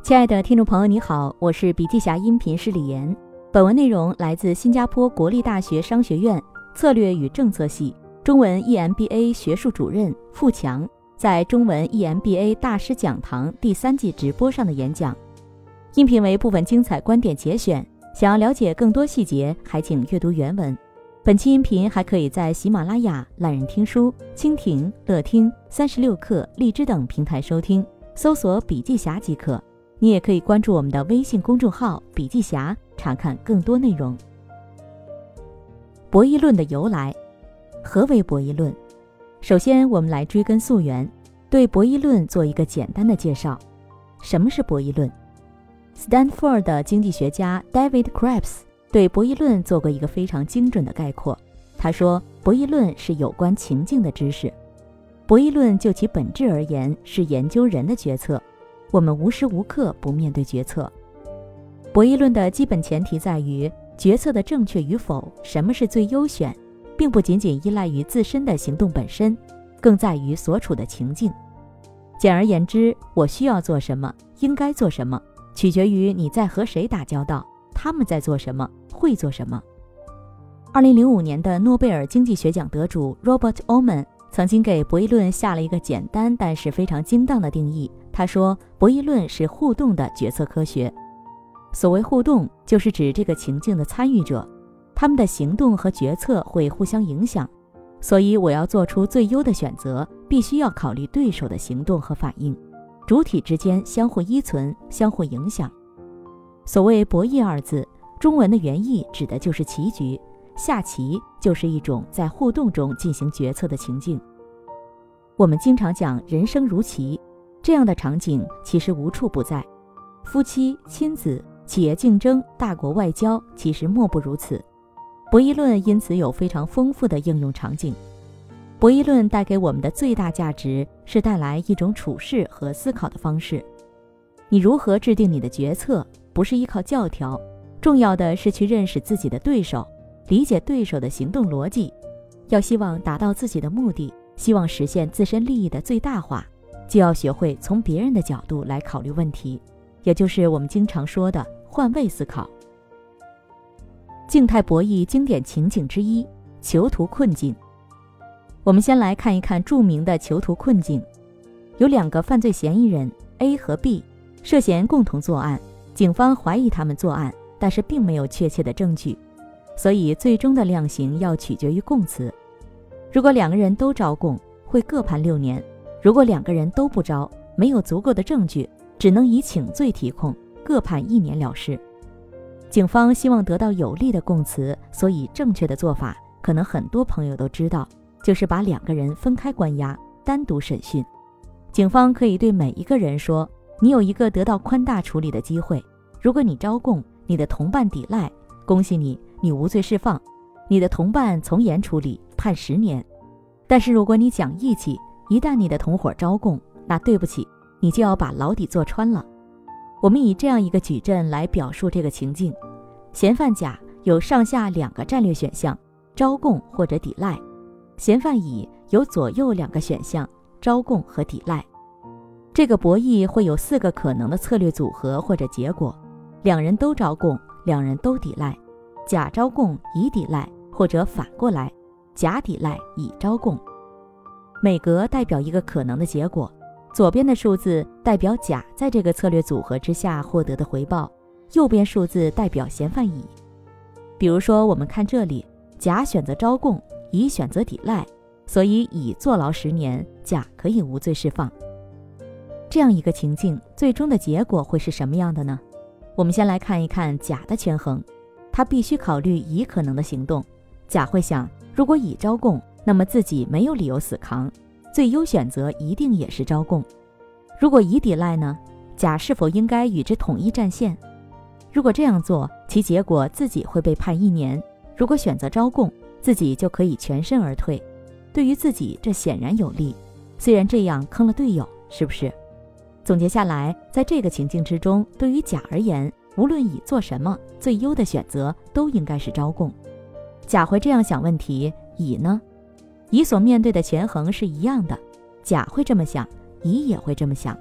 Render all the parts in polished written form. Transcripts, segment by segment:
亲爱的听众朋友，你好，我是笔记侠音频师李岩。本文内容来自新加坡国立大学商学院策略与政策系中文 EMBA 学术主任付强在中文 EMBA 大师讲堂第3季直播上的演讲。音频为部分精彩观点节选，想要了解更多细节，还请阅读原文。本期音频还可以在喜马拉雅、懒人听书、蜻蜓、乐听、36课、荔枝等平台收听，搜索笔记侠即可。你也可以关注我们的微信公众号笔记侠，查看更多内容。博弈论的由来，何为博弈论？首先我们来追根溯源，对博弈论做一个简单的介绍。什么是博弈论？斯坦福的经济学家 David Krebs 对博弈论做过一个非常精准的概括。他说，博弈论是有关情境的知识。博弈论就其本质而言，是研究人的决策。我们无时无刻不面对决策。博弈论的基本前提在于决策的正确与否，什么是最优选，并不仅仅依赖于自身的行动本身，更在于所处的情境。简而言之，我需要做什么，应该做什么，取决于你在和谁打交道，他们在做什么，会做什么。2005年的诺贝尔经济学奖得主 Robert Oman 曾经给博弈论下了一个简单但是非常精当的定义。他说，博弈论是互动的决策科学。所谓互动，就是指这个情境的参与者，他们的行动和决策会互相影响，所以我要做出最优的选择，必须要考虑对手的行动和反应，主体之间相互依存，相互影响。所谓博弈二字，中文的原意指的就是棋局，下棋就是一种在互动中进行决策的情境。我们经常讲人生如棋，这样的场景其实无处不在，夫妻、亲子、企业竞争、大国外交其实莫不如此。博弈论因此有非常丰富的应用场景。博弈论带给我们的最大价值是带来一种处事和思考的方式。你如何制定你的决策，不是依靠教条，重要的是去认识自己的对手，理解对手的行动逻辑，要希望达到自己的目的，希望实现自身利益的最大化，就要学会从别人的角度来考虑问题，也就是我们经常说的换位思考。静态博弈经典情景之一，囚徒困境。我们先来看一看著名的囚徒困境。有2个犯罪嫌疑人 A 和 B 涉嫌共同作案，警方怀疑他们作案，但是并没有确切的证据，所以最终的量刑要取决于供词。如果2个人都招供，会各判6年；如果2个人都不招，没有足够的证据，只能以请罪提控，各判1年了事。警方希望得到有力的供词，所以正确的做法，可能很多朋友都知道，就是把2个人分开关押，单独审讯。警方可以对每一个人说，你有一个得到宽大处理的机会，如果你招供，你的同伴抵赖，恭喜你，你无罪释放，你的同伴从严处理，判10年。但是如果你讲义气，一旦你的同伙招供，那对不起，你就要把牢底坐穿了。我们以这样一个矩阵来表述这个情境：嫌犯甲有上下2个战略选项，招供或者抵赖；嫌犯乙有左右2个选项，招供和抵赖。这个博弈会有4个可能的策略组合或者结果：2人都招供，2人都抵赖；甲招供，乙抵赖，或者反过来，甲抵赖，乙招供。每格代表一个可能的结果，左边的数字代表甲在这个策略组合之下获得的回报，右边数字代表嫌犯乙。比如说我们看这里，甲选择招供，乙选择抵赖，所以乙坐牢10年，甲可以无罪释放。这样一个情境，最终的结果会是什么样的呢？我们先来看一看甲的权衡，他必须考虑乙可能的行动。甲会想，如果乙招供，那么自己没有理由死扛，最优选择一定也是招供。如果乙抵赖呢？甲是否应该与之统一战线？如果这样做，其结果自己会被判1年；如果选择招供，自己就可以全身而退。对于自己这显然有利，虽然这样坑了队友，是不是？总结下来，在这个情境之中，对于甲而言，无论乙做什么，最优的选择都应该是招供。甲会这样想问题，乙呢？乙所面对的权衡是一样的，甲会这么想，乙也会这么想。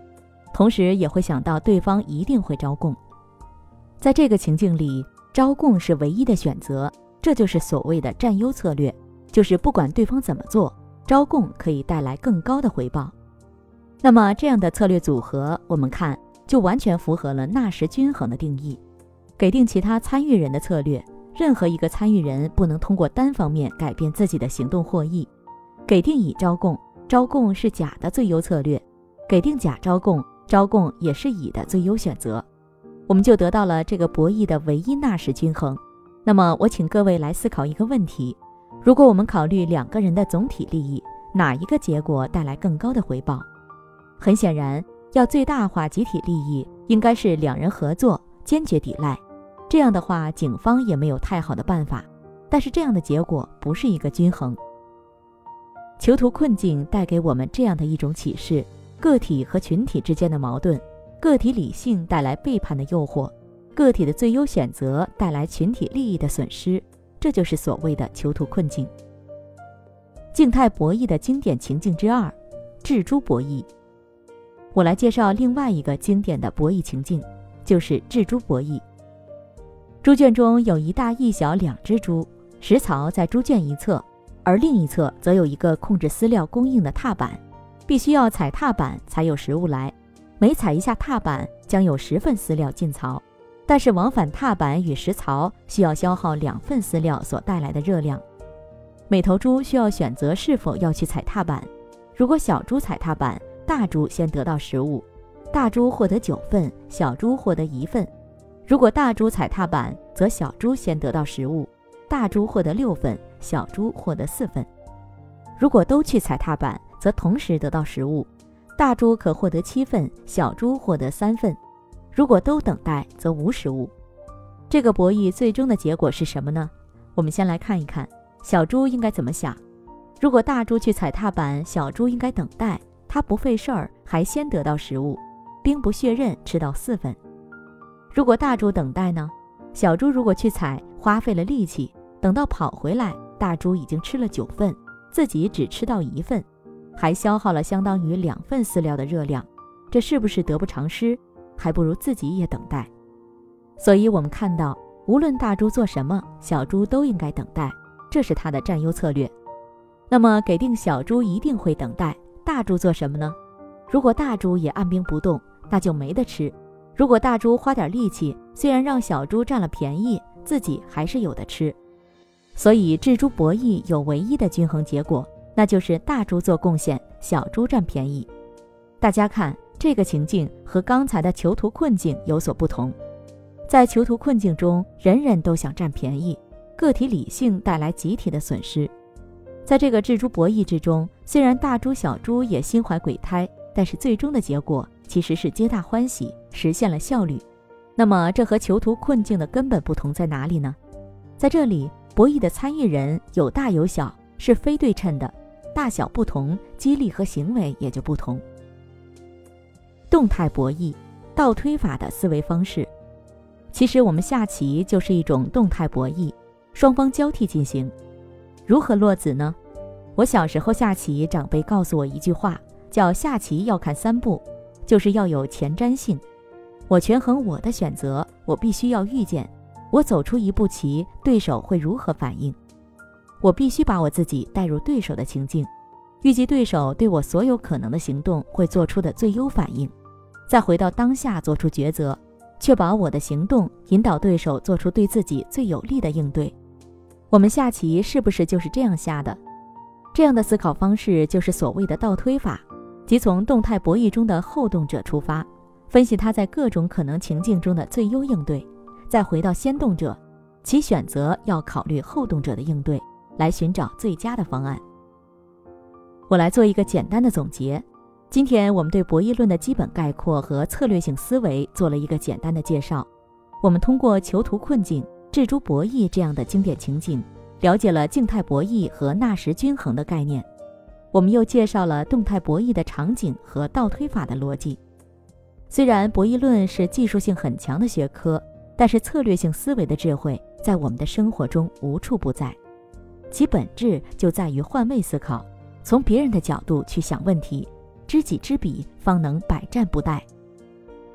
同时也会想到对方一定会招供。在这个情境里，招供是唯一的选择，这就是所谓的占优策略，就是不管对方怎么做，招供可以带来更高的回报。那么这样的策略组合，我们看就完全符合了纳什均衡的定义。给定其他参与人的策略，任何一个参与人不能通过单方面改变自己的行动获益。给定乙招供，招供是甲的最优策略；给定甲招供，招供也是乙的最优选择。我们就得到了这个博弈的唯一纳什均衡。那么我请各位来思考一个问题，如果我们考虑两个人的总体利益，哪一个结果带来更高的回报？很显然，要最大化集体利益，应该是两人合作，坚决抵赖。这样的话，警方也没有太好的办法。但是这样的结果不是一个均衡。囚徒困境带给我们这样的一种启示：个体和群体之间的矛盾，个体理性带来背叛的诱惑，个体的最优选择带来群体利益的损失，这就是所谓的囚徒困境。静态博弈的经典情境之二，蜘蛛博弈。我来介绍另外一个经典的博弈情境，就是蜘蛛博弈。猪圈中有一大一小两只猪，食槽在猪圈一侧，而另一侧则有一个控制饲料供应的踏板，必须要踩踏板才有食物来，每踩一下踏板将有10份饲料进槽，但是往返踏板与食槽需要消耗2份饲料所带来的热量。每头猪需要选择是否要去踩踏板，如果小猪踩踏板，大猪先得到食物，大猪获得9份，小猪获得1份。如果大猪踩踏板，则小猪先得到食物，大猪获得6份，小猪获得4份。如果都去踩踏板，则同时得到食物，大猪可获得7份，小猪获得3份。如果都等待，则无食物。这个博弈最终的结果是什么呢？我们先来看一看小猪应该怎么想。如果大猪去踩踏板，小猪应该等待，他不费事儿，还先得到食物，兵不血刃吃到4份。如果大猪等待呢？小猪如果去踩，花费了力气，等到跑回来，大猪已经吃了9份，自己只吃到1份，还消耗了相当于2份饲料的热量，这是不是得不偿失？还不如自己也等待。所以我们看到，无论大猪做什么，小猪都应该等待，这是它的占优策略。那么给定小猪一定会等待，大猪做什么呢？如果大猪也按兵不动，那就没得吃。如果大猪花点力气，虽然让小猪占了便宜，自己还是有的吃。所以蜘蛛博弈有唯一的均衡结果，那就是大猪做贡献，小猪占便宜。大家看，这个情境和刚才的囚徒困境有所不同。在囚徒困境中，人人都想占便宜，个体理性带来集体的损失。在这个蜘蛛博弈之中，虽然大猪小猪也心怀鬼胎，但是最终的结果其实是皆大欢喜，实现了效率。那么这和囚徒困境的根本不同在哪里呢？在这里，博弈的参与人有大有小，是非对称的，大小不同，激励和行为也就不同。动态博弈，倒推法的思维方式。其实我们下棋就是一种动态博弈，双方交替进行。如何落子呢？我小时候下棋，长辈告诉我一句话，叫下棋要看3步，就是要有前瞻性。我权衡我的选择，我必须要预见，我走出一步棋，对手会如何反应。我必须把我自己带入对手的情境，预计对手对我所有可能的行动会做出的最优反应，再回到当下做出抉择，确保我的行动引导对手做出对自己最有利的应对。我们下棋是不是就是这样下的？这样的思考方式就是所谓的倒推法，即从动态博弈中的后动者出发，分析他在各种可能情境中的最优应对，再回到先动者，其选择要考虑后动者的应对，来寻找最佳的方案。我来做一个简单的总结。今天我们对博弈论的基本概括和策略性思维做了一个简单的介绍。我们通过囚徒困境、蜘蛛博弈这样的经典情景，了解了静态博弈和纳什均衡的概念。我们又介绍了动态博弈的场景和倒推法的逻辑。虽然博弈论是技术性很强的学科，但是策略性思维的智慧在我们的生活中无处不在。其本质就在于换位思考，从别人的角度去想问题，知己知彼，方能百战不殆。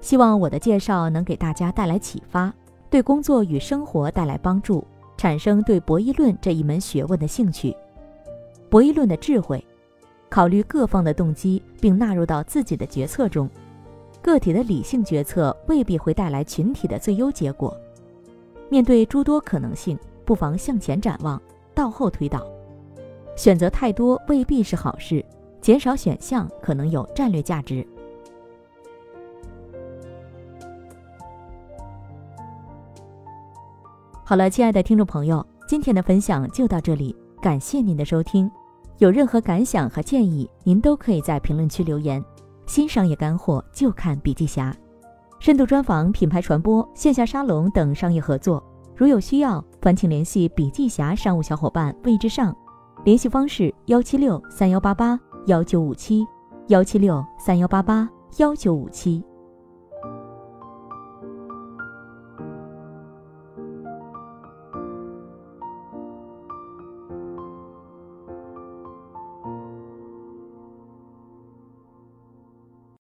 希望我的介绍能给大家带来启发，对工作与生活带来帮助，产生对博弈论这一门学问的兴趣。博弈论的智慧，考虑各方的动机并纳入到自己的决策中。个体的理性决策未必会带来群体的最优结果。面对诸多可能性，不妨向前展望，倒后推导。选择太多未必是好事，减少选项可能有战略价值。好了，亲爱的听众朋友，今天的分享就到这里，感谢您的收听。有任何感想和建议，您都可以在评论区留言。新商业干货就看笔记侠，深度专访、品牌传播、线下沙龙等商业合作，如有需要，烦请联系笔记侠商务小伙伴魏之上，联系方式17631881957，17631881957。